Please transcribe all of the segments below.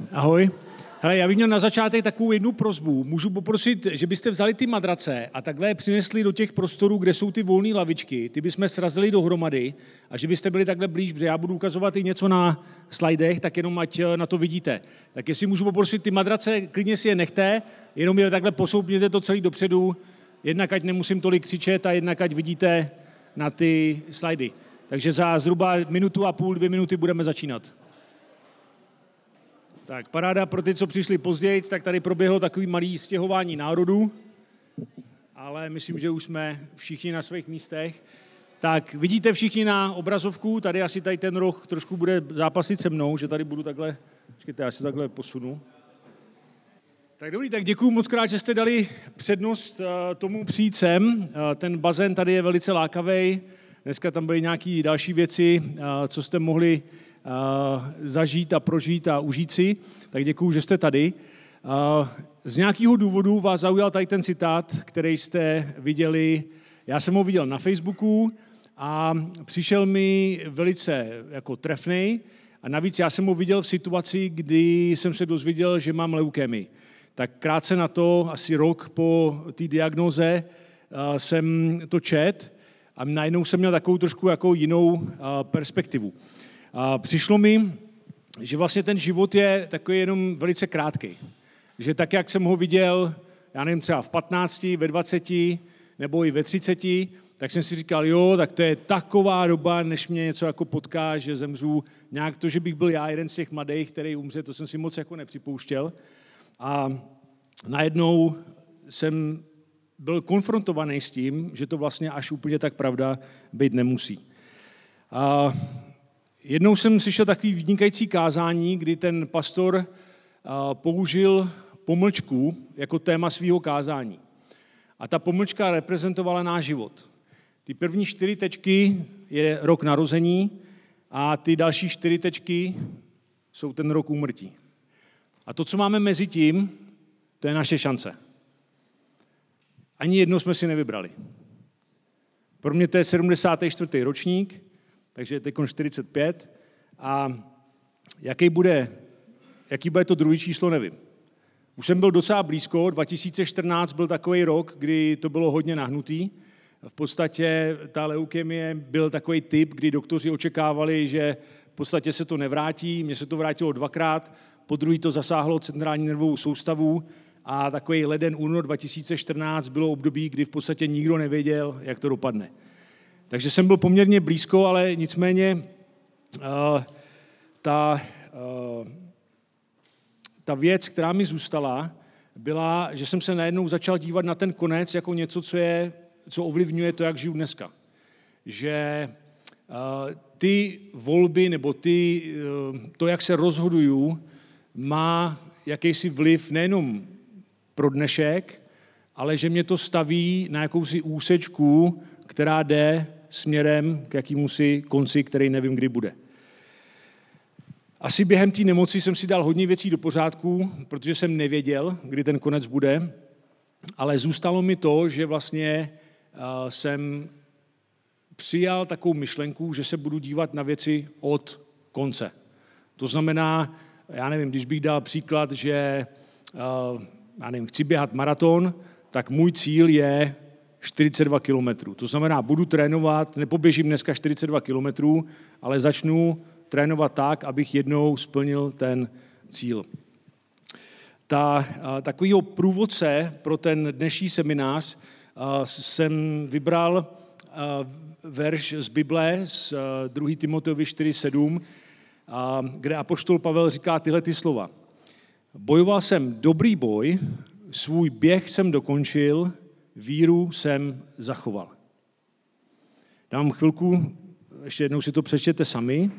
Ahoj. Hele, já bych měl na začátek takovou jednu prosbu. Můžu poprosit, že byste vzali ty madrace a takhle je přinesli do těch prostorů, kde jsou ty volné lavičky, ty bychom srazili dohromady a že byste byli takhle blíž, protože já budu ukazovat i něco na slajdech, tak jenom ať na to vidíte. Tak jestli můžu poprosit ty madrace, klidně si je nechte, jenom je takhle posoupněte to celý dopředu, jednak ať nemusím tolik křičet a jednak ať vidíte na ty slajdy. Takže za zhruba 1,5 minuty, 2 minuty budeme začínat. Tak paráda pro ty, co přišli později, tak tady proběhlo takový malý stěhování národů, ale myslím, že už jsme všichni na svých místech. Tak vidíte všichni na obrazovku, tady asi tady ten roh trošku bude zápasit se mnou, že tady budu takhle, počkejte, já si takhle posunu. Tak dobrý, tak děkuju moc krát, že jste dali přednost tomu přijít sem. Ten bazén tady je velice lákavý. Dneska tam byly nějaké další věci, co jste mohli zažít a prožít a užít si. Tak děkuju, že jste tady. Z nějakého důvodu vás zaujal tady ten citát, který jste viděli. Já jsem ho viděl na Facebooku a přišel mi velice jako trefnej. A navíc já jsem ho viděl v situaci, kdy jsem se dozvěděl, že mám leukémii. Tak krátce na to, asi rok po té diagnóze, jsem to čet a najednou jsem měl takovou trošku jako jinou perspektivu. Přišlo mi, že vlastně ten život je takový jenom velice krátký. Že tak, jak jsem ho viděl, já nevím, třeba v 15, ve 20 nebo i ve 30, tak jsem si říkal, jo, tak to je taková doba, než mě něco jako potká, že zemřu. Nějak to, že bych byl já jeden z těch mladých, který umře, to jsem si moc jako nepřipouštěl. A najednou jsem byl konfrontovaný s tím, že to vlastně až úplně tak pravda být nemusí. A jednou jsem slyšel takový vynikající kázání, kdy ten pastor použil pomlčku jako téma svého kázání. A ta pomlčka reprezentovala náš život. Ty první 4 tečky je rok narození a ty další 4 tečky jsou ten rok úmrtí. A to, co máme mezi tím, to je naše šance. Ani jedno jsme si nevybrali. Pro mě to je 74. ročník, takže je teď 45. A jaký bude to druhý číslo, nevím. Už jsem byl docela blízko, 2014 byl takový rok, kdy to bylo hodně nahnutý. V podstatě ta leukemie byl takový typ, kdy doktoři očekávali, že v podstatě se to nevrátí. Mně se to vrátilo 2krát, po druhý to zasáhlo centrální nervovou soustavu a takový leden, únor 2014 bylo období, kdy v podstatě nikdo nevěděl, jak to dopadne. Takže jsem byl poměrně blízko, ale nicméně ta věc, která mi zůstala, byla, že jsem se najednou začal dívat na ten konec jako něco, co ovlivňuje to, jak žiju dneska. Že ty volby nebo to, jak se rozhoduju, má jakýsi vliv nejenom pro dnešek, ale že mě to staví na jakousi úsečku, která jde směrem k jakýmusi konci, který nevím, kdy bude. Asi během té nemoci jsem si dal hodně věcí do pořádku, protože jsem nevěděl, kdy ten konec bude, ale zůstalo mi to, že vlastně jsem přijal takovou myšlenku, že se budu dívat na věci od konce. To znamená, já nevím, když bych dal příklad, že chci běhat maraton, tak můj cíl je 42 kilometrů. To znamená, budu trénovat, nepoběžím dneska 42 kilometrů, ale začnu trénovat tak, abych jednou splnil ten cíl. Takovýho průvodce pro ten dnešní seminář jsem vybral verš z Bible, z 2. Timoteovi 4:7, kde apoštol Pavel říká tyhle ty slova. Bojoval jsem dobrý boj, svůj běh jsem dokončil, víru jsem zachoval. Dám chvilku, ještě jednou si to přečtěte sami.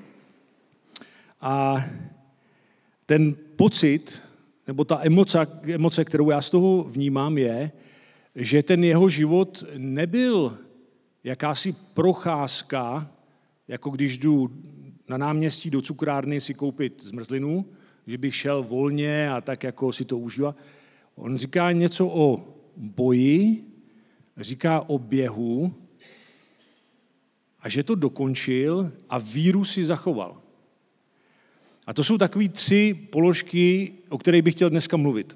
A ten pocit, nebo ta emoce, kterou já z toho vnímám, je, že ten jeho život nebyl jakási procházka, jako když jdu na náměstí do cukrárny si koupit zmrzlinu, že bych šel volně a tak jako si to užíval. On říká něco o boji, říká o běhu a že to dokončil a víru si zachoval. A to jsou takové 3 položky, o kterých bych chtěl dneska mluvit.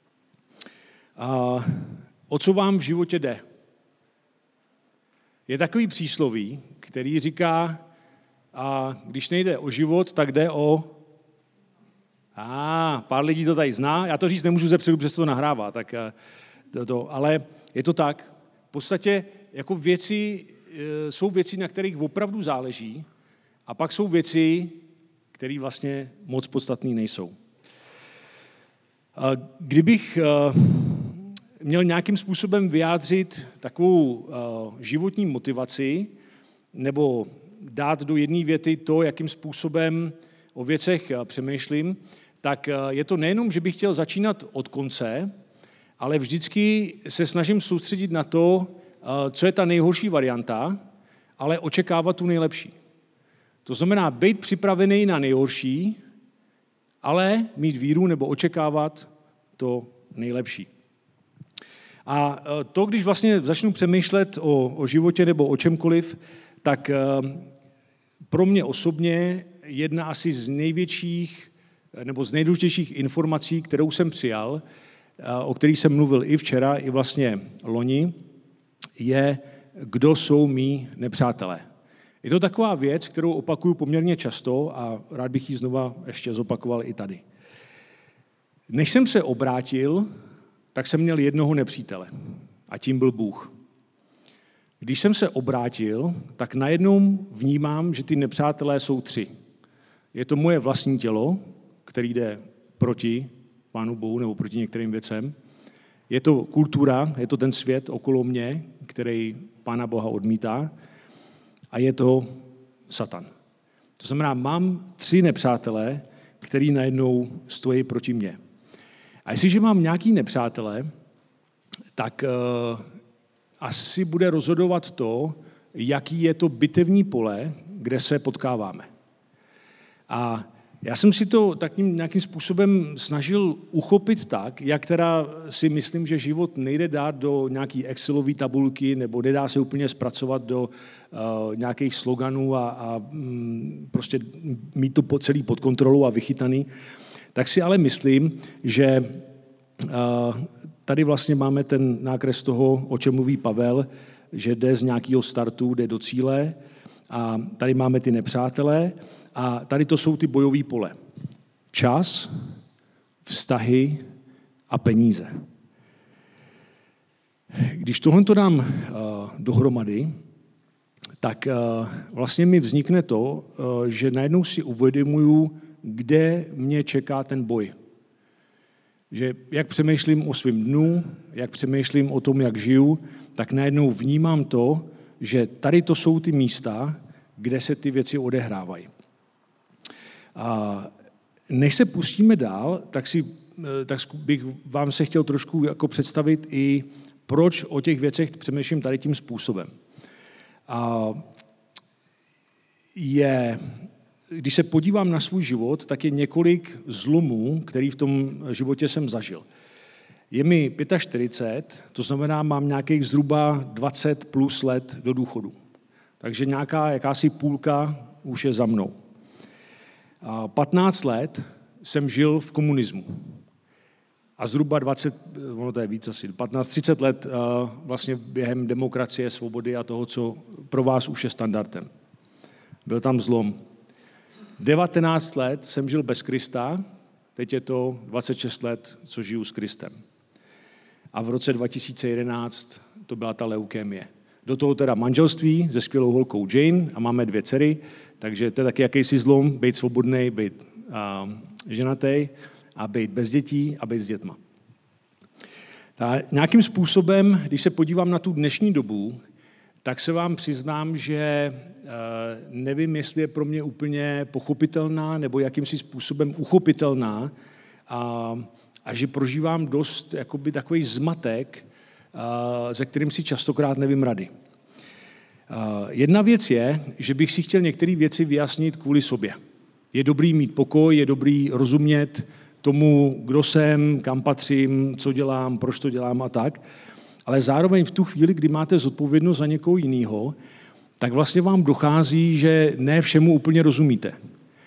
O co vám v životě jde? Je takový přísloví, který říká, když nejde o život, tak jde o... Pár lidí to tady zná, já to říct nemůžu zepředu, protože to nahrává, tak ale je to tak. V podstatě jako jsou věci, na kterých opravdu záleží, a pak jsou věci, které vlastně moc podstatné nejsou. Kdybych měl nějakým způsobem vyjádřit takovou životní motivaci nebo dát do jedné věty to, jakým způsobem o věcech přemýšlím, tak je to nejenom, že bych chtěl začínat od konce, ale vždycky se snažím soustředit na to, co je ta nejhorší varianta, ale očekávat tu nejlepší. To znamená být připravený na nejhorší, ale mít víru nebo očekávat to nejlepší. A to, když vlastně začnu přemýšlet o životě nebo o čemkoliv, tak pro mě osobně jedna asi z největších nebo z nejdůležitějších informací, kterou jsem přijal, o kterých jsem mluvil i včera, i vlastně loni, je, kdo jsou mí nepřátelé. Je to taková věc, kterou opakuju poměrně často a rád bych ji znova ještě zopakoval i tady. Než jsem se obrátil, tak jsem měl jednoho nepřítele a tím byl Bůh. Když jsem se obrátil, tak najednou vnímám, že ty nepřátelé jsou 3. Je to moje vlastní tělo, který jde proti Pánu Bohu nebo proti některým věcem. Je to kultura, je to ten svět okolo mě, který Pána Boha odmítá. A je to Satan. To znamená, mám 3 nepřátelé, který najednou stojí proti mně. A jestliže mám nějaký nepřátelé, tak asi bude rozhodovat to, jaký je to bitevní pole, kde se potkáváme. A já jsem si to takým nějakým způsobem snažil uchopit tak, jak teda si myslím, že život nejde dát do nějaký Excelové tabulky nebo nedá se úplně zpracovat do nějakých sloganů a prostě mít to celý pod kontrolou a vychytaný, tak si ale myslím, že tady vlastně máme ten nákres toho, o čem mluví Pavel, že jde z nějakého startu, jde do cíle a tady máme ty nepřátelé a tady to jsou ty bojové pole. Čas, vztahy a peníze. Když tohle to dám dohromady, tak vlastně mi vznikne to, že najednou si uvědomuju, kde mě čeká ten boj. Že jak přemýšlím o svém dnu, jak přemýšlím o tom, jak žiju, tak najednou vnímám to, že tady to jsou ty místa, kde se ty věci odehrávají. A než se pustíme dál, tak bych vám se chtěl trošku jako představit i proč o těch věcech přemýšlím tady tím způsobem. A když se podívám na svůj život, tak je několik zlomů, který v tom životě jsem zažil. Je mi 45, to znamená, mám nějakých zhruba 20 plus let do důchodu. Takže jakási půlka už je za mnou. A 15 let jsem žil v komunismu. A zhruba 15-30 let vlastně během demokracie, svobody a toho, co pro vás už je standardem. Byl tam zlom. 19 let jsem žil bez Krista, teď je to 26 let, co žiju s Kristem. A v roce 2011 to byla ta leukémie. Do toho teda manželství se skvělou holkou Jane a máme 2 dcery, takže to je taky jakýsi zlom, být svobodný, být ženatý a být bez dětí a být s dětma. A nějakým způsobem, když se podívám na tu dnešní dobu, tak se vám přiznám, že nevím, jestli je pro mě úplně pochopitelná nebo jakýmsi způsobem uchopitelná a že prožívám dost jakoby takový zmatek, ze kterým si častokrát nevím rady. Jedna věc je, že bych si chtěl některé věci vyjasnit kvůli sobě. Je dobrý mít pokoj, je dobrý rozumět tomu, kdo jsem, kam patřím, co dělám, proč to dělám a tak, ale zároveň v tu chvíli, kdy máte zodpovědnost za někoho jiného, tak vlastně vám dochází, že ne všemu úplně rozumíte.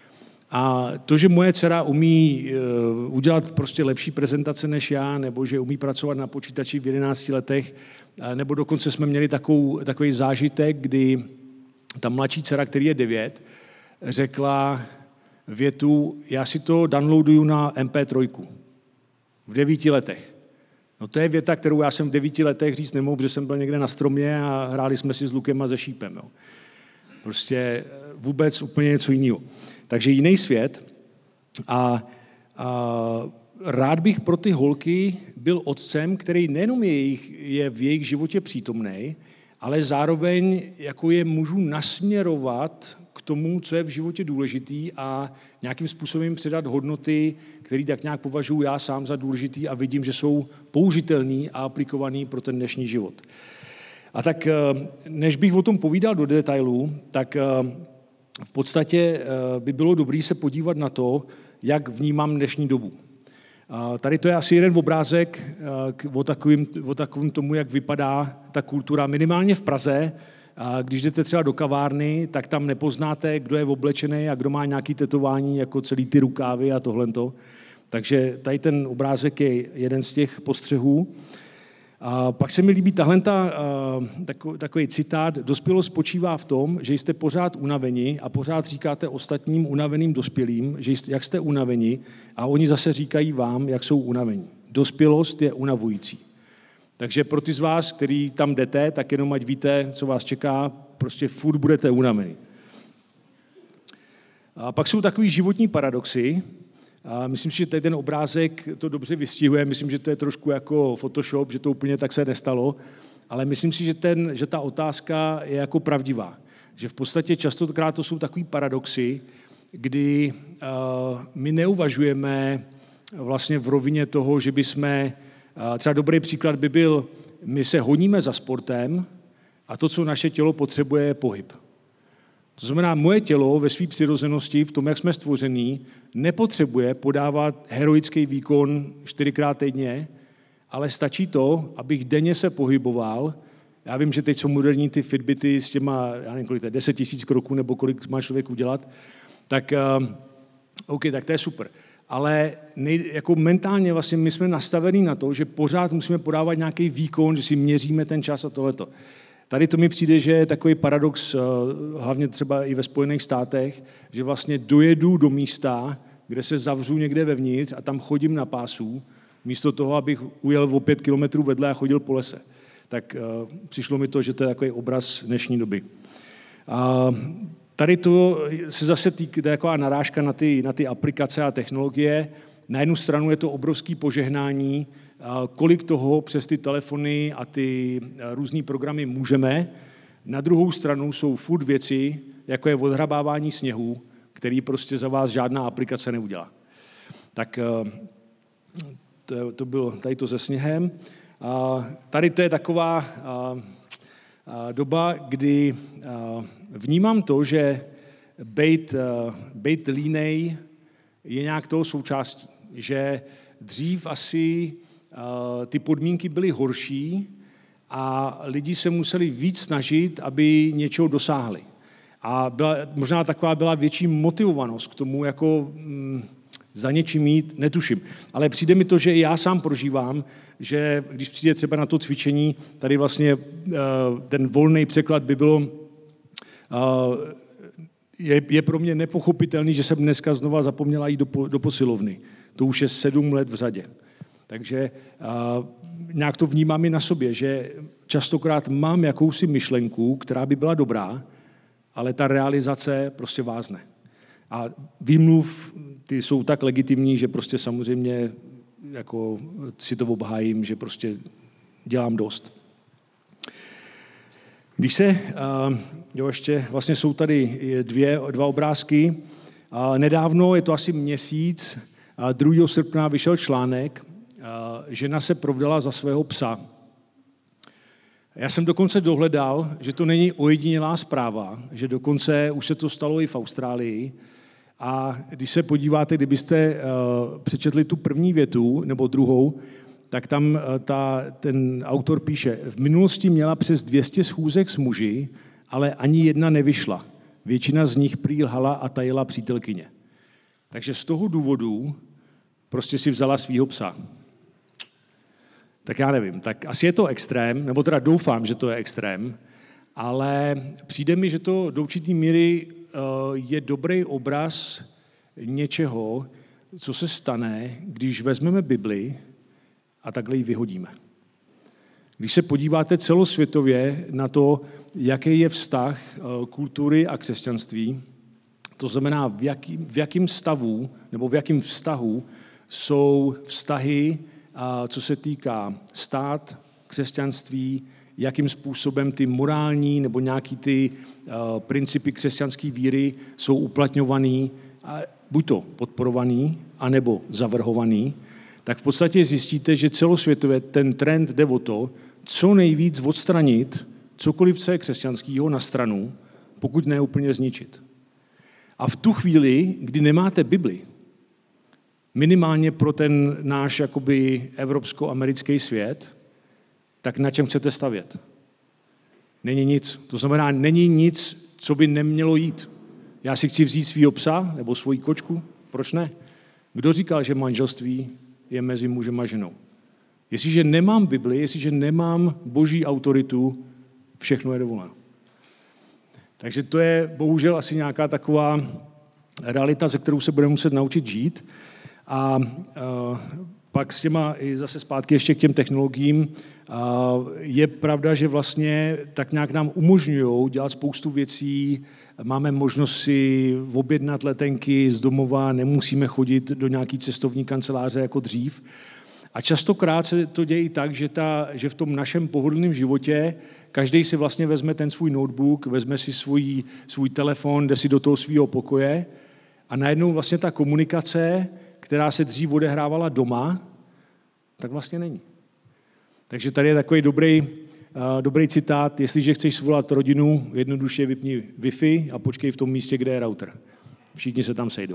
A to, že moje dcera umí udělat prostě lepší prezentace než já, nebo že umí pracovat na počítači v 11 letech, nebo dokonce jsme měli takový zážitek, kdy ta mladší dcera, který je 9, řekla větu, já si to downloaduju na MP3 v 9 letech. No to je věta, kterou já jsem v 9 letech říct nemohl, protože jsem byl někde na stromě a hráli jsme si s lukem a se šípem. Jo. Prostě vůbec úplně něco jiného. Takže jiný svět a rád bych pro ty holky byl otcem, který nejenom je v jejich životě přítomnej, ale zároveň jako je můžu nasměrovat k tomu, co je v životě důležitý a nějakým způsobem předat hodnoty, které tak nějak považuji já sám za důležitý a vidím, že jsou použitelný a aplikovaný pro ten dnešní život. A tak než bych o tom povídal do detailů, tak v podstatě by bylo dobré se podívat na to, jak vnímám dnešní dobu. Tady to je asi jeden obrázek o takovém tomu, jak vypadá ta kultura, minimálně v Praze. Když jdete třeba do kavárny, tak tam nepoznáte, kdo je oblečený a kdo má nějaké tetování, jako celý ty rukávy a tohleto. Takže tady ten obrázek je jeden z těch postřehů. A pak se mi líbí takový citát, dospělost spočívá v tom, že jste pořád unaveni a pořád říkáte ostatním unaveným dospělým, že jak jste unaveni a oni zase říkají vám, jak jsou unavení. Dospělost je unavující. Takže pro ty z vás, který tam jdete, tak jenom ať víte, co vás čeká, prostě furt budete unavení. A pak jsou takový životní paradoxy. A myslím si, že tady ten obrázek to dobře vystihuje. Myslím, že to je trošku jako Photoshop, že to úplně tak se nestalo, ale myslím si, že ta otázka je jako pravdivá. Že v podstatě častokrát to jsou takový paradoxy, kdy my neuvažujeme vlastně v rovině toho, že bychom, třeba dobrý příklad by byl, my se honíme za sportem a to, co naše tělo potřebuje, je pohyb. To znamená, moje tělo ve své přirozenosti, v tom, jak jsme stvoření, nepotřebuje podávat heroický výkon 4x týdně, ale stačí to, abych denně se pohyboval. Já vím, že teď jsou moderní ty Fitbity s těma, já nevím, kolik to je, 10 000 kroků, nebo kolik má člověk udělat, tak OK, tak to je super. Ale jako mentálně vlastně my jsme nastavení na to, že pořád musíme podávat nějaký výkon, že si měříme ten čas a tohleto. Tady to mi přijde, že je takový paradox, hlavně třeba i ve Spojených státech, že vlastně dojedu do místa, kde se zavřu někde vevnitř a tam chodím na pásu, místo toho, abych ujel o 5 kilometrů vedle a chodil po lese. Tak přišlo mi to, že to je takový obraz dnešní doby. Tady to se zase týká taková narážka na ty aplikace a technologie. Na jednu stranu je to obrovský požehnání, kolik toho přes ty telefony a ty různý programy můžeme. Na druhou stranu jsou furt věci, jako je odhrabávání sněhu, který prostě za vás žádná aplikace neudělá. Tak to bylo tady to se sněhem. Tady to je taková doba, kdy vnímám to, že bejt línej je nějak toho součástí. Že dřív asi ty podmínky byly horší a lidi se museli víc snažit, aby něčeho dosáhli. A možná taková byla větší motivovanost k tomu, jako za něčím jít, netuším. Ale přijde mi to, že i já sám prožívám, že když přijde třeba na to cvičení, tady vlastně ten volný překlad by bylo, je pro mě nepochopitelný, že jsem dneska znova zapomněla jít do posilovny. To už je 7 let v řadě. Takže nějak to vnímám i na sobě, že častokrát mám jakousi myšlenku, která by byla dobrá, ale ta realizace prostě vázne. A výmluv, ty jsou tak legitimní, že prostě samozřejmě jako si to obhájím, že prostě dělám dost. Když se, ještě vlastně jsou tady dva obrázky. Nedávno, je to asi měsíc, 2. srpna vyšel článek, žena se provdala za svého psa. Já jsem dokonce dohledal, že to není ojedinělá zpráva, že dokonce už se to stalo i v Austrálii. A když se podíváte, kdybyste přečetli tu první větu, nebo druhou, tak tam ten autor píše, v minulosti měla přes 200 schůzek s muži, ale ani jedna nevyšla. Většina z nich prý lhala a tajila přítelkyně. Takže z toho důvodu prostě si vzala svýho psa. Tak já nevím, tak asi je to extrém, nebo teda doufám, že to je extrém, ale přijde mi, že to do určitý míry je dobrý obraz něčeho, co se stane, když vezmeme Bibli a takhle ji vyhodíme. Když se podíváte celosvětově na to, jaký je vztah kultury a křesťanství, to znamená, v jakém stavu nebo v jakém vztahu jsou vztahy, co se týká stát, křesťanství, jakým způsobem ty morální nebo nějaký ty principy křesťanské víry jsou uplatňovaný, buď to podporovaný, anebo zavrhovaný, tak v podstatě zjistíte, že celosvětově ten trend jde o to, co nejvíc odstranit cokoliv, co je křesťanského na stranu, pokud ne úplně zničit. A v tu chvíli, kdy nemáte Bibli, minimálně pro ten náš jakoby evropsko-americký svět, tak na čem chcete stavět? Není nic. To znamená, není nic, co by nemělo jít. Já si chci vzít svýho psa nebo svoji kočku, proč ne? Kdo říkal, že manželství je mezi mužem a ženou? Jestliže nemám Bibli, jestliže nemám boží autoritu, všechno je dovoleno. Takže to je bohužel asi nějaká taková realita, ze kterou se budeme muset naučit žít. A pak s těma, i zase zpátky ještě k těm technologiím, je pravda, že vlastně tak nějak nám umožňují dělat spoustu věcí, máme možnost si objednat letenky z domova, nemusíme chodit do nějaký cestovní kanceláře jako dřív. A častokrát se to děje tak, že v tom našem pohodlném životě každý si vlastně vezme ten svůj notebook, vezme si svůj telefon, jde si do toho svého pokoje a najednou vlastně ta komunikace, která se dřív odehrávala doma, tak vlastně není. Takže tady je takový dobrý citát, jestliže chceš svolat rodinu, jednoduše vypni Wi-Fi a počkej v tom místě, kde je router. Všichni se tam sejdou.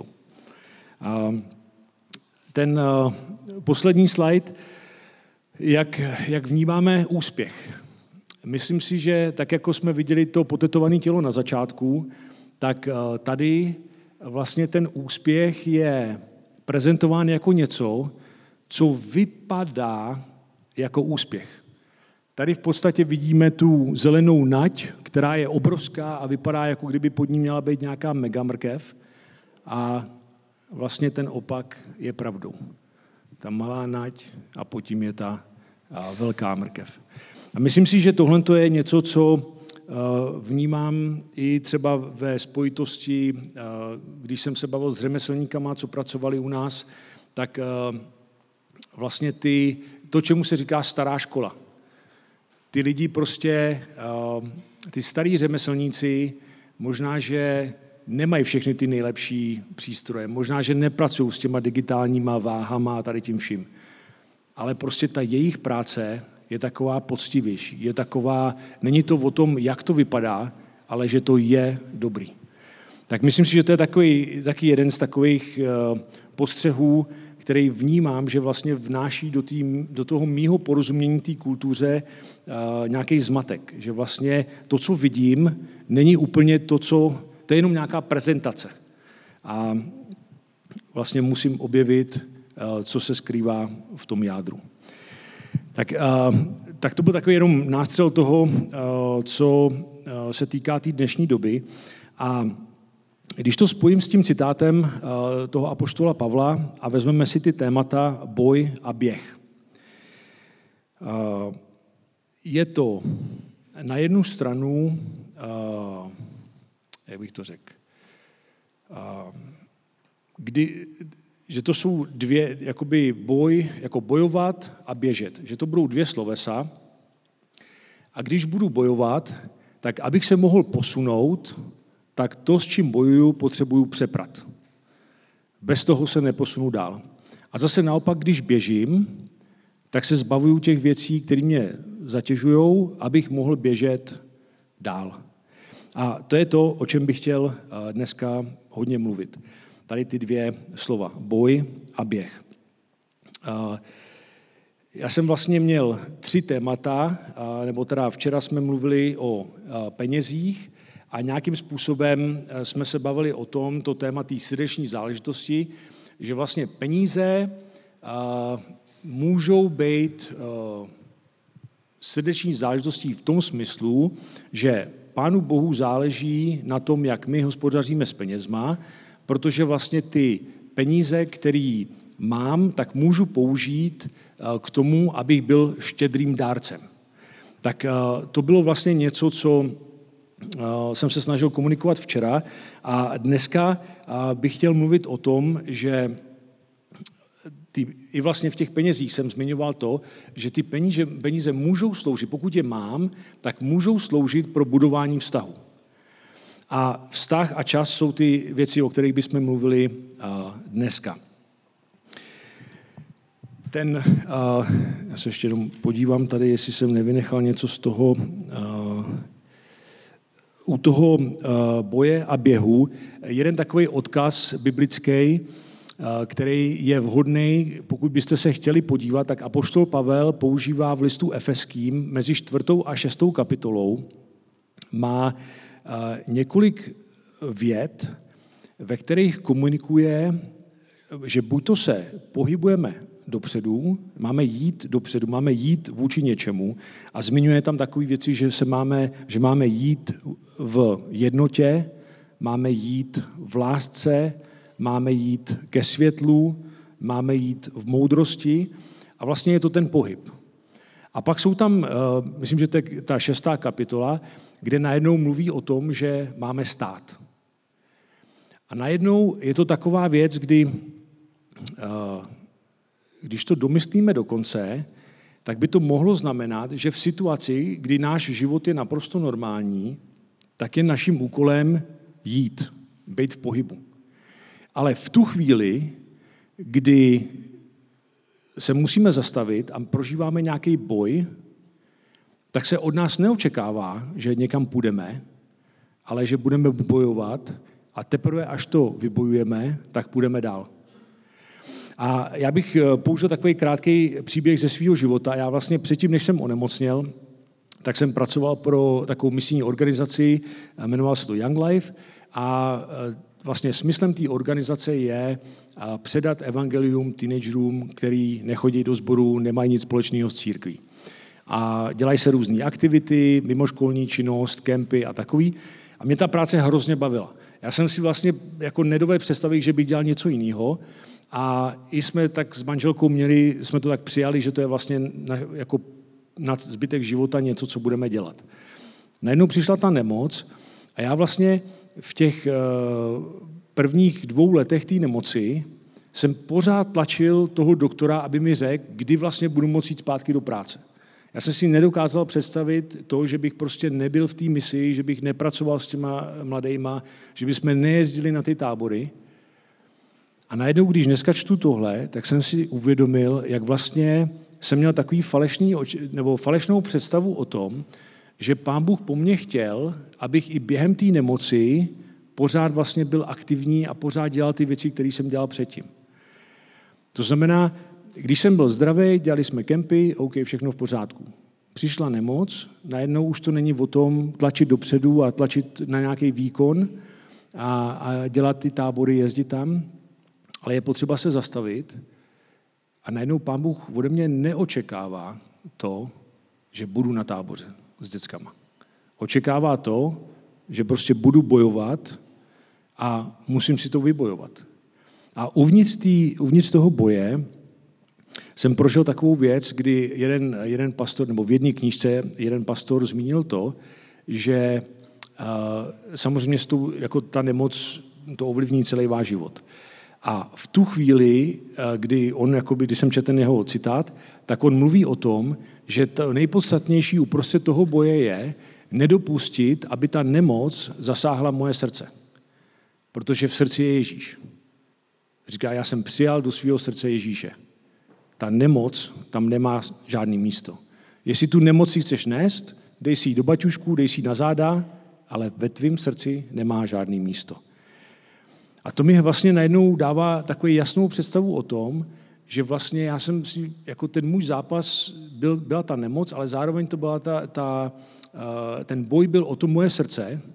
Ten poslední slide, jak vnímáme úspěch. Myslím si, že tak, jako jsme viděli to potetované tělo na začátku, tak tady vlastně ten úspěch je prezentován jako něco, co vypadá jako úspěch. Tady v podstatě vidíme tu zelenou nať, která je obrovská a vypadá, jako kdyby pod ní měla být nějaká megamrkev. A vlastně ten opak je pravdou. Ta malá nať a pod tím je ta velká mrkev. A myslím si, že tohle je něco, co vnímám i třeba ve spojitosti, když jsem se bavil s řemeslníkama, co pracovali u nás, tak vlastně to, čemu se říká stará škola. Ty lidi prostě, ty starý řemeslníci, možná, že nemají všechny ty nejlepší přístroje, možná, že nepracují s těma digitálníma váhama a tady tím vším. Ale prostě ta jejich práce je taková poctivější, je taková, není to o tom, jak to vypadá, ale že to je dobrý. Tak myslím si, že to je taky jeden z takových postřehů, který vnímám, že vlastně vnáší do toho mýho porozumění té kultuře nějaký zmatek. Že vlastně to, co vidím, není úplně to je jenom nějaká prezentace. A vlastně musím objevit, co se skrývá v tom jádru. Tak to byl takový jenom nástřel toho, co se týká té dnešní doby. A když to spojím s tím citátem toho apoštola Pavla a vezmeme si ty témata boj a běh. Je to na jednu stranu, jak bych to řekl, že to jsou dvě, jakoby boj, jako bojovat a běžet. Že to budou dvě slovesa. A když budu bojovat, tak abych se mohl posunout, tak to, s čím bojuju, potřebuju přeprat. Bez toho se neposunu dál. A zase naopak, když běžím, tak se zbavuju těch věcí, které mě zatěžují, abych mohl běžet dál. A to je to, o čem bych chtěl dneska hodně mluvit. Tady ty dvě slova, boj a běh. Já jsem vlastně měl 3 témata, nebo teda včera jsme mluvili o penězích a nějakým způsobem jsme se bavili o tom, to téma té srdeční záležitosti, že vlastně peníze můžou být srdeční záležitostí v tom smyslu, že Pánu Bohu záleží na tom, jak my hospodaříme s penězma, protože vlastně ty peníze, které mám, tak můžu použít k tomu, abych byl štědrým dárcem. Tak to bylo vlastně něco, co jsem se snažil komunikovat včera a dneska bych chtěl mluvit o tom, že i vlastně v těch penězích jsem zmiňoval to, že ty peníze můžou sloužit, pokud je mám, tak můžou sloužit pro budování vztahu. A vztah a čas jsou ty věci, o kterých bychom mluvili dneska. Já se ještě jenom podívám tady, jestli jsem nevynechal něco z toho. U toho boje a běhu jeden takový odkaz biblický, který je vhodný, pokud byste se chtěli podívat, tak apoštol Pavel používá v listu Efeským mezi 4. a 6. kapitolou. Má několik vět, ve kterých komunikuje, že buď to se pohybujeme dopředu, máme jít dopředu, máme jít vůči něčemu a zmiňuje tam takové věci, že máme jít v jednotě, máme jít v lásce, máme jít ke světlu, máme jít v moudrosti a vlastně je to ten pohyb. A pak jsou tam, myslím, že to je ta 6. kapitola, kde najednou mluví o tom, že máme stát. A najednou je to taková věc, když to domyslíme do konce, tak by to mohlo znamenat, že v situaci, kdy náš život je naprosto normální, tak je naším úkolem jít, být v pohybu. Ale v tu chvíli, kdy se musíme zastavit a prožíváme nějaký boj, tak se od nás neočekává, že někam půjdeme, ale že budeme bojovat a teprve, až to vybojujeme, tak půjdeme dál. A já bych použil takový krátký příběh ze svého života. Já vlastně předtím, než jsem onemocněl, tak jsem pracoval pro takovou misijní organizaci, jmenoval se to Young Life a vlastně smyslem té organizace je předat evangelium teenagerům, který nechodí do sboru, nemají nic společného s církví. A dělají se různé aktivity, mimoškolní činnost, kempy a takový. A mě ta práce hrozně bavila. Já jsem si vlastně jako nedovedl představit, že bych dělal něco jiného. A i jsme tak s manželkou jsme to tak přijali, že to je vlastně jako na zbytek života něco, co budeme dělat. Najednou přišla ta nemoc a já vlastně v těch prvních 2 letech té nemoci jsem pořád tlačil toho doktora, aby mi řekl, kdy vlastně budu moct jít zpátky do práce. Já jsem si nedokázal představit to, že bych prostě nebyl v té misi, že bych nepracoval s těma mladejma, že bychom nejezdili na ty tábory. A najednou, když dneska čtu tohle, tak jsem si uvědomil, jak vlastně jsem měl takový falešnou představu o tom, že Pán Bůh po mně chtěl, abych i během té nemoci pořád vlastně byl aktivní a pořád dělal ty věci, které jsem dělal předtím. To znamená, když jsem byl zdravý, dělali jsme kempy, OK, všechno v pořádku. Přišla nemoc, najednou už to není o tom tlačit dopředu a tlačit na nějaký výkon a dělat ty tábory, jezdit tam, ale je potřeba se zastavit a najednou Pán Bůh ode mě neočekává to, že budu na táboře s dětskama. Očekává to, že prostě budu bojovat a musím si to vybojovat. A uvnitř toho boje jsem prožil takovou věc, kdy jeden pastor, nebo v jedné knížce jeden pastor zmínil to, že samozřejmě jako ta nemoc to ovlivní celý váš život. A v tu chvíli, když jsem četl ten jeho citát, tak on mluví o tom, že to nejpodstatnější uprostřed toho boje je nedopustit, aby ta nemoc zasáhla moje srdce. Protože v srdci je Ježíš. Říká, já jsem přijal do svého srdce Ježíše. Ta nemoc tam nemá žádný místo. Jestli tu nemoc si chceš nést, dej si ji do baťušku, dej si ji na záda, ale ve tvém srdci nemá žádný místo. A to mi vlastně najednou dává takovou jasnou představu o tom, že vlastně já jsem si, jako ten můj zápas byla ta nemoc, ale zároveň to byla ten boj byl o to moje srdce,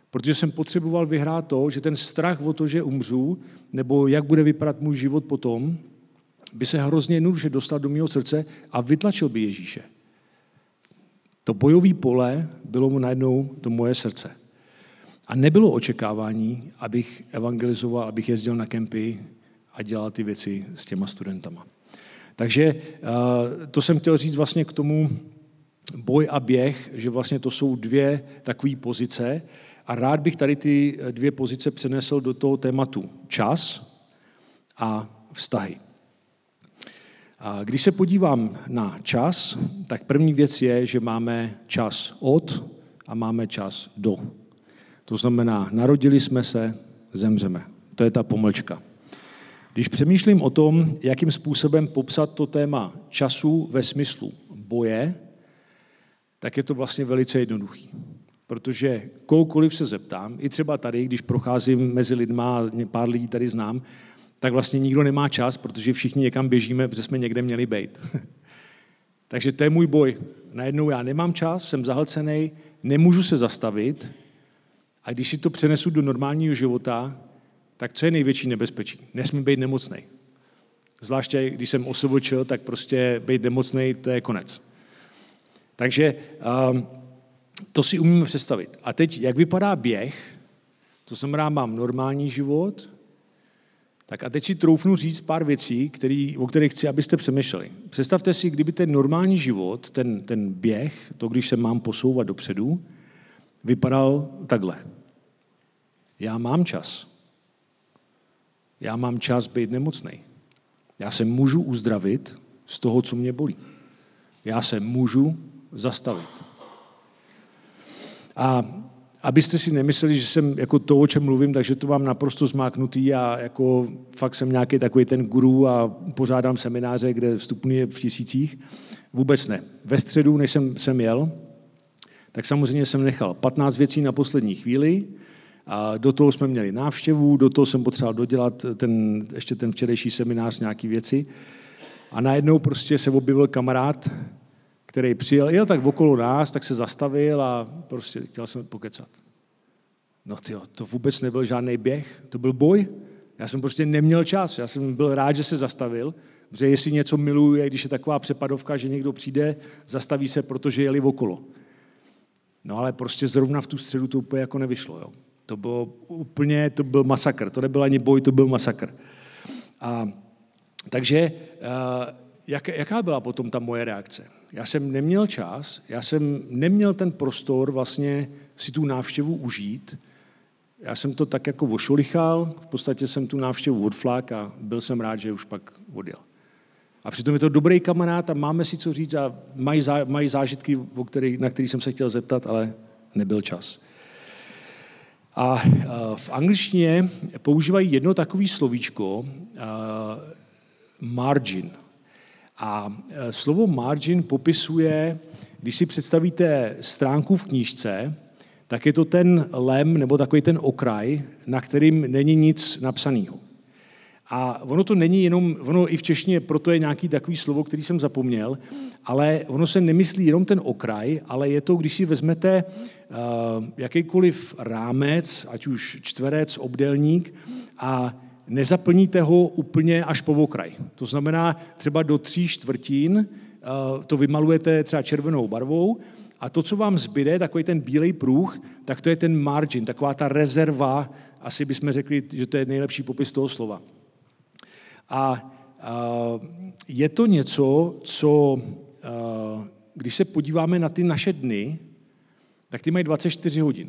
Protože jsem potřeboval vyhrát to, že ten strach o to, že umřu, nebo jak bude vypadat můj život potom, by se hrozně jednoduše dostal do mého srdce a vytlačil by Ježíše. To bojové pole bylo mu najednou to moje srdce. A nebylo očekávání, abych evangelizoval, abych jezdil na kempy a dělal ty věci s těma studentama. Takže to jsem chtěl říct vlastně k tomu boj a běh, že vlastně to jsou dvě takové pozice a rád bych tady ty dvě pozice přenesl do toho tématu čas a vztahy. A když se podívám na čas, tak první věc je, že máme čas od a máme čas do. To znamená, narodili jsme se, zemřeme. To je ta pomlčka. Když přemýšlím o tom, jakým způsobem popsat to téma času ve smyslu boje, tak je to vlastně velice jednoduchý. Protože kohokoliv se zeptám, i třeba tady, když procházím mezi lidma a pár lidí tady znám, tak vlastně nikdo nemá čas, protože všichni někam běžíme, protože jsme někde měli bejt. Takže to je můj boj. Najednou já nemám čas, jsem zahlcený, nemůžu se zastavit a když si to přenesu do normálního života, tak co je největší nebezpečí? Nesmím být nemocnej. Zvláště když jsem osovočil, tak prostě být nemocnej, to je konec. Takže to si umíme představit. A teď, jak vypadá běh, to znamená, mám normální život, tak a teď si troufnu říct pár věcí, o kterých chci, abyste přemýšleli. Představte si, kdyby ten normální život, ten běh, to, když se mám posouvat dopředu, vypadal takhle. Já mám čas. Já mám čas být nemocnej. Já se můžu uzdravit z toho, co mě bolí. Já se můžu zastavit. A abyste si nemysleli, že jsem jako to, o čem mluvím, takže to mám naprosto zmáknutý a jako fakt jsem nějaký takový ten guru a pořádám semináře, kde vstupuje v tisících. Vůbec ne. Ve středu, než jsem jel, tak samozřejmě jsem nechal 15 věcí na poslední chvíli a do toho jsme měli návštěvu, do toho jsem potřeboval dodělat ještě ten včerejší seminář, nějaký věci. A najednou prostě se objevil kamarád, který přijel, jel tak okolo nás, tak se zastavil a prostě chtěl jsem pokecat. No tyjo, to vůbec nebyl žádný běh, to byl boj. Já jsem prostě neměl čas, já jsem byl rád, že se zastavil, protože jestli něco miluje, když je taková přepadovka, že někdo přijde, zastaví se, protože jeli okolo. No ale prostě zrovna v tu středu to úplně jako nevyšlo. Jo. To byl masakr, to nebyl ani boj, to byl masakr. Takže jaká byla potom ta moje reakce? Já jsem neměl čas, já jsem neměl ten prostor vlastně si tu návštěvu užít. Já jsem to tak jako ošolichal, v podstatě jsem tu návštěvu odflák a byl jsem rád, že už pak odjel. A přitom je to dobrý kamarád a máme si co říct a mají zážitky, na který jsem se chtěl zeptat, ale nebyl čas. A v angličtině používají jedno takové slovíčko margin. A slovo margin popisuje, když si představíte stránku v knížce, tak je to ten lem nebo takový ten okraj, na kterým není nic napsaného. A ono to není jenom, ono i v češtině proto je nějaký takový slovo, který jsem zapomněl, ale ono se nemyslí jenom ten okraj, ale je to, když si vezmete jakýkoliv rámec, ať už čtverec, obdélník a nezaplníte ho úplně až po okraj. To znamená třeba do 3/4 to vymalujete třeba červenou barvou a to, co vám zbyde, takový ten bílej pruh, tak to je ten margin, taková ta rezerva, asi bychom řekli, že to je nejlepší popis toho slova. A je to něco, co, když se podíváme na ty naše dny, tak ty mají 24 hodin.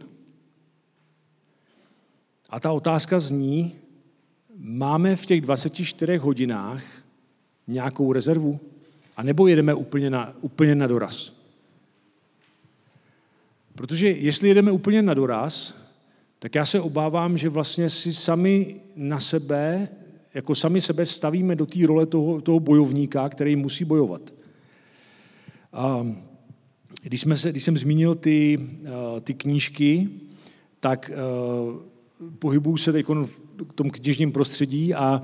A ta otázka zní, máme v těch 24 hodinách nějakou rezervu? A nebo jedeme úplně na doraz? Protože jestli jedeme úplně na doraz, tak já se obávám, že vlastně si sami sebe stavíme do té role toho bojovníka, který musí bojovat. A když jsem zmínil ty knížky, tak pohybuju se teď v tom knižním prostředí a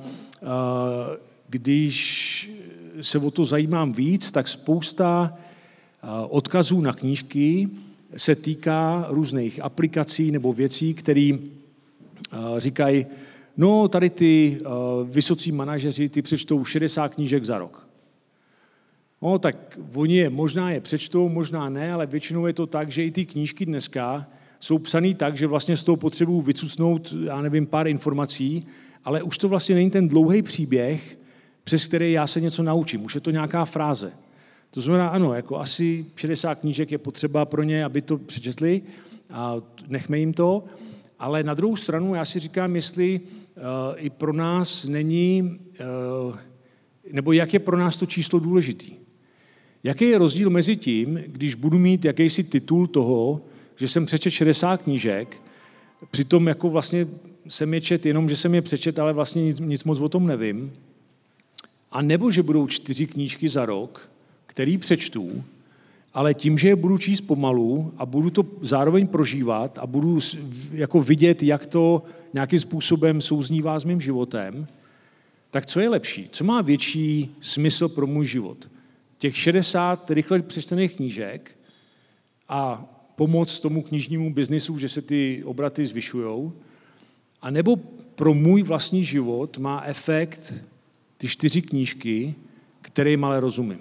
když se o to zajímám víc, tak spousta odkazů na knížky se týká různých aplikací nebo věcí, které říkají, no tady ty vysocí manažeři, ty přečtou 60 knížek za rok. No tak oni možná je přečtou, možná ne, ale většinou je to tak, že i ty knížky dneska jsou psaný tak, že vlastně z toho potřebují vycucnout, já nevím, pár informací, ale už to vlastně není ten dlouhý příběh, přes který já se něco naučím. Už je to nějaká fráze. To znamená, ano, jako asi 60 knížek je potřeba pro ně, aby to přečetli a nechme jim to, ale na druhou stranu já si říkám, jestli i pro nás není, nebo jak je pro nás to číslo důležitý. Jaký je rozdíl mezi tím, když budu mít jakýsi titul toho, že jsem přečet 60 knížek, přitom jako vlastně jsem je čet jenom, že jsem je přečet, ale vlastně nic moc o tom nevím, a nebo že budou 4 knížky za rok, který přečtu, ale tím, že je budu číst pomalu a budu to zároveň prožívat a budu jako vidět, jak to nějakým způsobem souznívá s mým životem, tak co je lepší? Co má větší smysl pro můj život? Těch 60 rychle přečtených knížek a pomoc tomu knižnímu biznisu, že se ty obraty zvyšujou, a nebo pro můj vlastní život má efekt ty 4 knížky, kterým ale rozumím.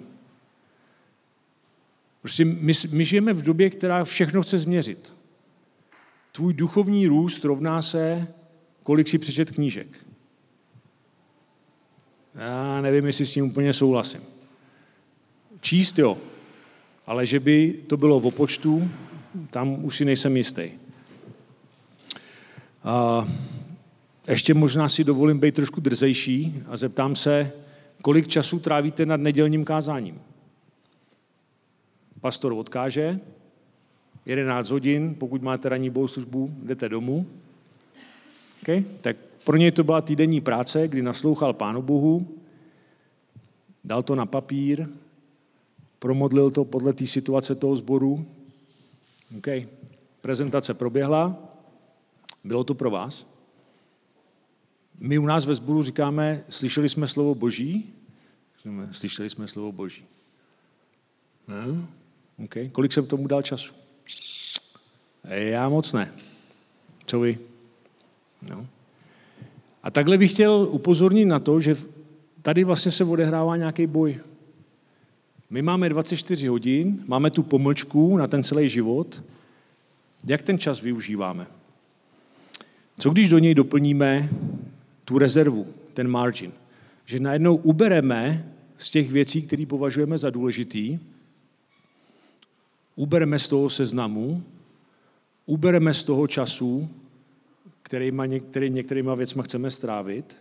Prostě my žijeme v době, která všechno chce změřit. Tvůj duchovní růst rovná se, kolik si přečet knížek. Já nevím, jestli s tím úplně souhlasím. Číst jo, ale že by to bylo v opočtu, tam už si nejsem jistý. Ještě možná si dovolím být trošku drzejší a zeptám se, kolik času trávíte nad nedělním kázáním. Pastor odkáže, 11 hodin, pokud máte ranní bohoslužbu, jdete domů. Okay? Tak pro něj to byla týdenní práce, kdy naslouchal Pánu Bohu, dal to na papír, promodlil to podle té situace toho sboru. Okay. Prezentace proběhla, bylo to pro vás. My u nás ve sboru říkáme, slyšeli jsme slovo Boží? Slyšeli jsme slovo Boží. No. Okay. Kolik jsem tomu dal času? Já moc ne. Co vy? No. A takhle bych chtěl upozornit na to, že tady vlastně se odehrává nějaký boj. My máme 24 hodin, máme tu pomlčku na ten celý život. Jak ten čas využíváme? Co když do něj doplníme tu rezervu, ten margin? Že najednou ubereme z těch věcí, které považujeme za důležitý, ubereme z toho seznamu, ubereme z toho času, který některýma věcma chceme strávit.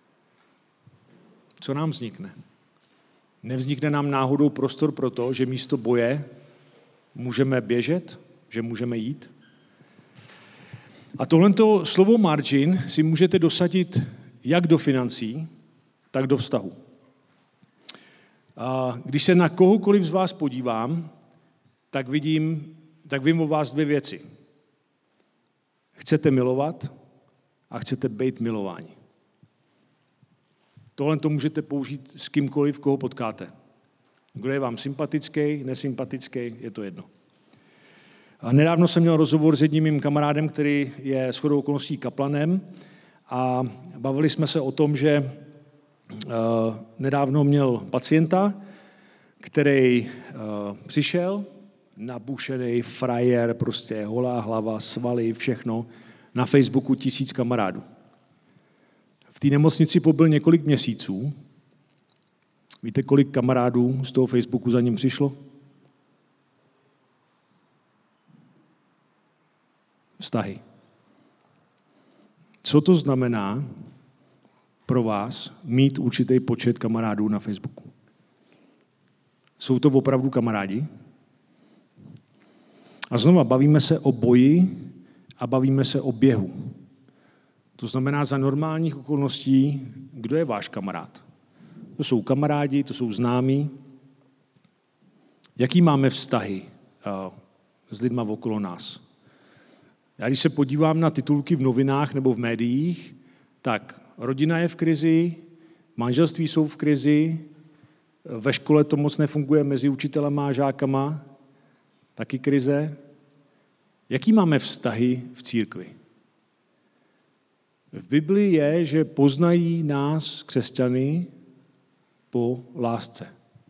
Co nám vznikne? Nevznikne nám náhodou prostor pro to, že místo boje můžeme běžet, že můžeme jít? A tohleto slovo margin si můžete dosadit jak do financí, tak do vztahu. A když se na kohokoliv z vás podívám, tak vím o vás 2 věci. Chcete milovat a chcete být milováni. Tohle to můžete použít s kýmkoliv, koho potkáte. Kdo je vám sympatický, nesympatický, je to jedno. A nedávno jsem měl rozhovor s jedním mým kamarádem, který je shodou okolností kaplanem, a bavili jsme se o tom, že nedávno měl pacienta, který přišel, nabušený frajer, prostě holá hlava, svaly, všechno, na Facebooku 1000 kamarádů. V té nemocnici pobyl několik měsíců. Víte, kolik kamarádů z toho Facebooku za ním přišlo? Vztahy. Co to znamená pro vás mít určitý počet kamarádů na Facebooku? Jsou to opravdu kamarádi? A znova bavíme se o boji a bavíme se o běhu. To znamená za normálních okolností, kdo je váš kamarád? To jsou kamarádi, to jsou známí. Jaký máme vztahy s lidma okolo nás? Já když se podívám na titulky v novinách nebo v médiích, tak rodina je v krizi, manželství jsou v krizi, ve škole to moc nefunguje mezi učitelema a žákama, taky krize. Jaký máme vztahy v církvi? V Biblii je, že poznají nás, křesťany, po lásce.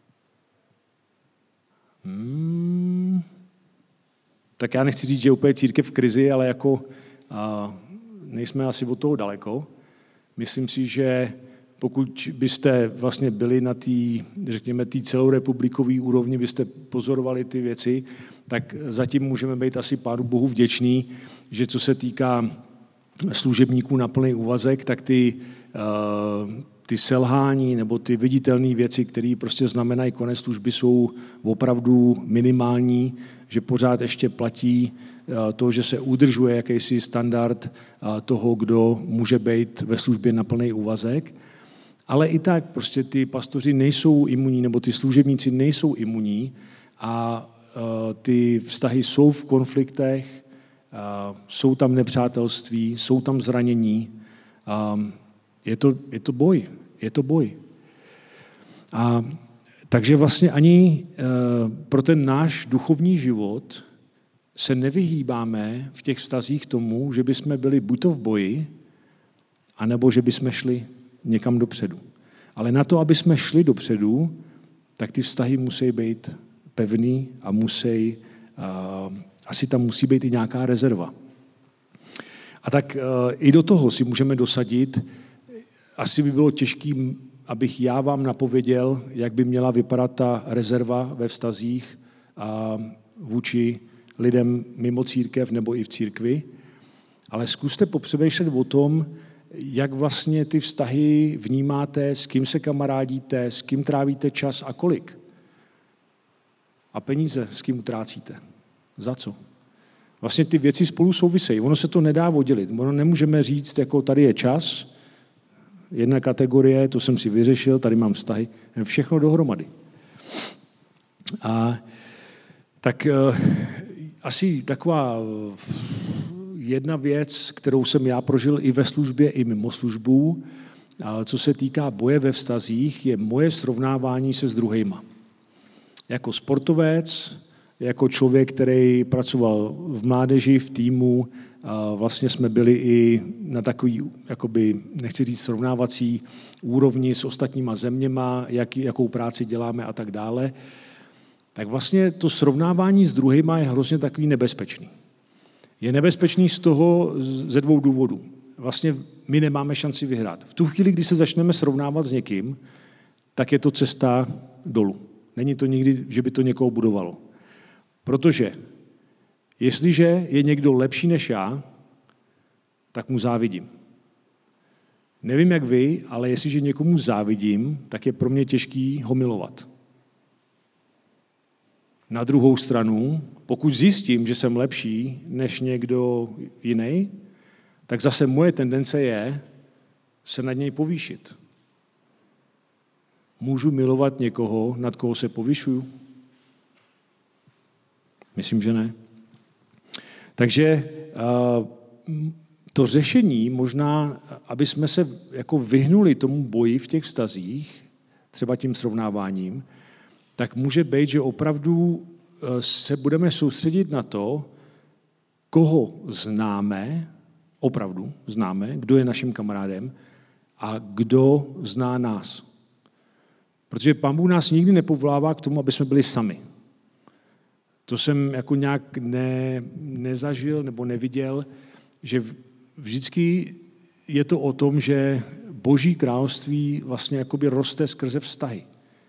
Tak já nechci říct, že je úplně církev v krizi, ale jako nejsme asi od toho daleko. Myslím si, že pokud byste vlastně byli na té, řekněme, té celorepublikové úrovni, byste pozorovali ty věci, tak zatím můžeme být asi Pánu Bohu vděční, že co se týká služebníků na plný úvazek, tak ty selhání nebo ty viditelné věci, které prostě znamenají konec služby, jsou opravdu minimální, že pořád ještě platí to, že se udržuje jakýsi standard toho, kdo může být ve službě na plný úvazek. Ale i tak prostě ty pastoři nejsou imunní, nebo ty služebníci nejsou imunní a ty vztahy jsou v konfliktech, jsou tam nepřátelství, jsou tam zranění. Je to boj. A takže vlastně ani pro ten náš duchovní život se nevyhýbáme v těch vztazích tomu, že bychom byli buď to v boji, anebo že bychom šli někam dopředu. Ale na to, aby jsme šli dopředu, tak ty vztahy musí být pevný a asi tam musí být i nějaká rezerva. A tak i do toho si můžeme dosadit. Asi by bylo těžké, abych já vám napověděl, jak by měla vypadat ta rezerva ve vztazích vůči lidem mimo církev nebo i v církvi, ale zkuste popřemýšlet o tom, jak vlastně ty vztahy vnímáte, s kým se kamarádíte, s kým trávíte čas a kolik. A peníze, s kým utrácíte. Za co? Vlastně ty věci spolu souvisejí. Ono se to nedá oddělit. Ono nemůžeme říct, jako tady je čas, jedna kategorie, to jsem si vyřešil, tady mám vztahy, všechno dohromady. A tak asi taková jedna věc, kterou jsem já prožil i ve službě, i mimo službu, co se týká boje ve vztazích, je moje srovnávání se s druhejma. Jako sportovec, jako člověk, který pracoval v mládeži, v týmu, vlastně jsme byli i na takový, jakoby, nechci říct srovnávací úrovni s ostatníma zeměma, jakou práci děláme a tak dále, tak vlastně to srovnávání s druhýma je hrozně takový nebezpečný. Je nebezpečný ze dvou důvodů. Vlastně my nemáme šanci vyhrát. V tu chvíli, kdy se začneme srovnávat s někým, tak je to cesta dolů. Není to nikdy, že by to někoho budovalo. Protože jestliže je někdo lepší než já, tak mu závidím. Nevím, jak vy, ale jestliže někomu závidím, tak je pro mě těžký ho milovat. Na druhou stranu, pokud zjistím, že jsem lepší než někdo jiný, tak zase moje tendence je se nad něj povýšit. Můžu milovat někoho, nad koho se povyšuju? Myslím, že ne. Takže to řešení možná, aby jsme se jako vyhnuli tomu boji v těch vztazích, třeba tím srovnáváním, tak může být, že opravdu se budeme soustředit na to, koho známe, opravdu známe, kdo je naším kamarádem a kdo zná nás. Protože Pán Bůh nás nikdy nepovolává k tomu, aby jsme byli sami. To jsem jako nějak nezažil nebo neviděl, že vždycky je to o tom, že Boží království vlastně jakoby roste skrze vztahy.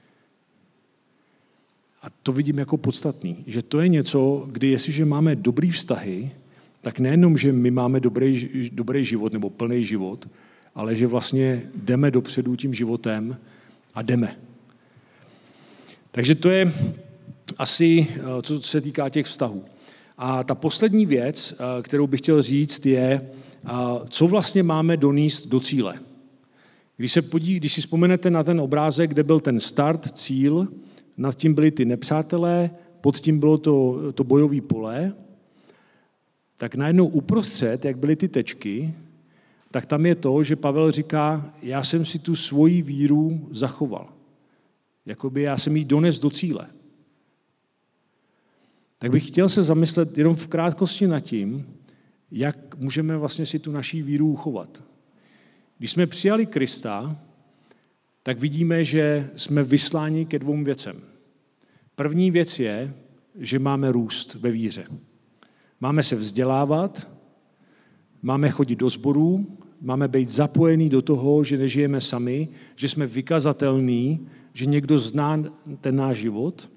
A to vidím jako podstatný, že to je něco, kdy jestliže máme dobrý vztahy, tak nejenom, že my máme dobrý život nebo plný život, ale že vlastně jdeme dopředu tím životem a jdeme. Takže to je asi, co se týká těch vztahů. A ta poslední věc, kterou bych chtěl říct, je, co vlastně máme donést do cíle. Když si vzpomenete na ten obrázek, kde byl ten start, cíl, nad tím byli ty nepřátelé, pod tím bylo to bojové pole, tak najednou uprostřed, jak byly ty tečky, tak tam je to, že Pavel říká, já jsem si tu svoji víru zachoval. Jakoby já jsem ji dones do cíle. tak bych chtěl se zamyslet jenom v krátkosti nad tím, jak můžeme vlastně si tu naší víru uchovat. Když jsme přijali Krista, tak vidíme, že jsme vysláni ke 2 věcem. První věc je, že máme růst ve víře. Máme se vzdělávat, máme chodit do sborů, máme být zapojení do toho, že nežijeme sami, že jsme vykazatelní, že někdo zná ten náš život.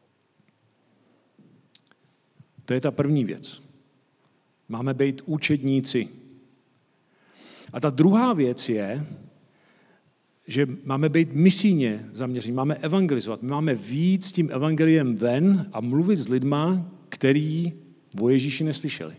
To je ta první věc. Máme být učedníci. A ta druhá věc je, že máme být misijně zaměření, máme evangelizovat. My máme vyjít s tím evangeliem ven a mluvit s lidma, který o Ježíši neslyšeli.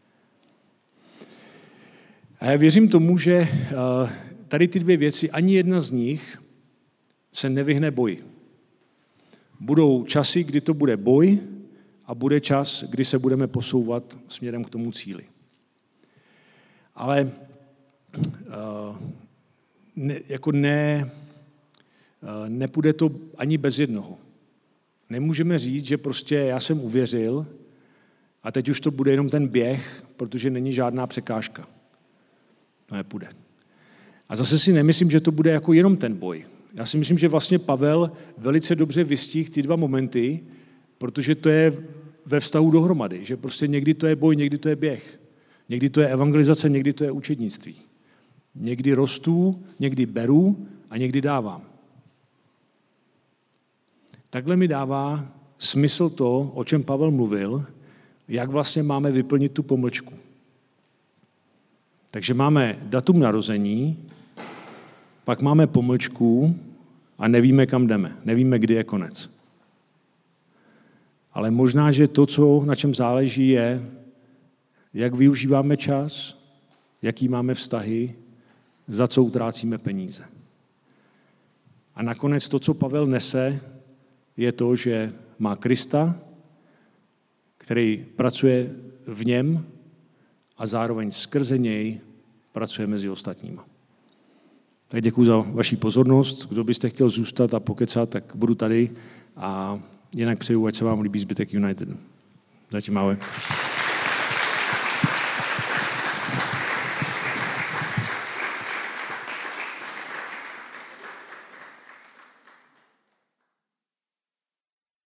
A já věřím tomu, že tady ty 2 věci, ani jedna z nich se nevyhne boji. Budou časy, kdy to bude boj a bude čas, kdy se budeme posouvat směrem k tomu cíli. Ale nepůjde to ani bez jednoho. Nemůžeme říct, že prostě já jsem uvěřil a teď už to bude jenom ten běh, protože není žádná překážka. To nepůjde. A zase si nemyslím, že to bude jako jenom ten boj. Já si myslím, že vlastně Pavel velice dobře vystihl ty 2 momenty, protože to je ve vztahu dohromady, že prostě někdy to je boj, někdy to je běh. Někdy to je evangelizace, někdy to je učednictví. Někdy rostu, někdy beru a někdy dávám. Takhle mi dává smysl to, o čem Pavel mluvil, jak vlastně máme vyplnit tu pomlčku. Takže máme datum narození, pak máme pomlčku a nevíme, kam jdeme. Nevíme, kdy je konec. Ale možná, že to, na čem záleží, je, jak využíváme čas, jaký máme vztahy, za co utrácíme peníze. A nakonec to, co Pavel nese, je to, že má Krista, který pracuje v něm a zároveň skrze něj pracuje mezi ostatníma. Tak děkuji za vaši pozornost. Kdo byste chtěl zůstat a pokecat, tak budu tady a jinak přeju, ať se vám líbí zbytek United. Zatím ahoj.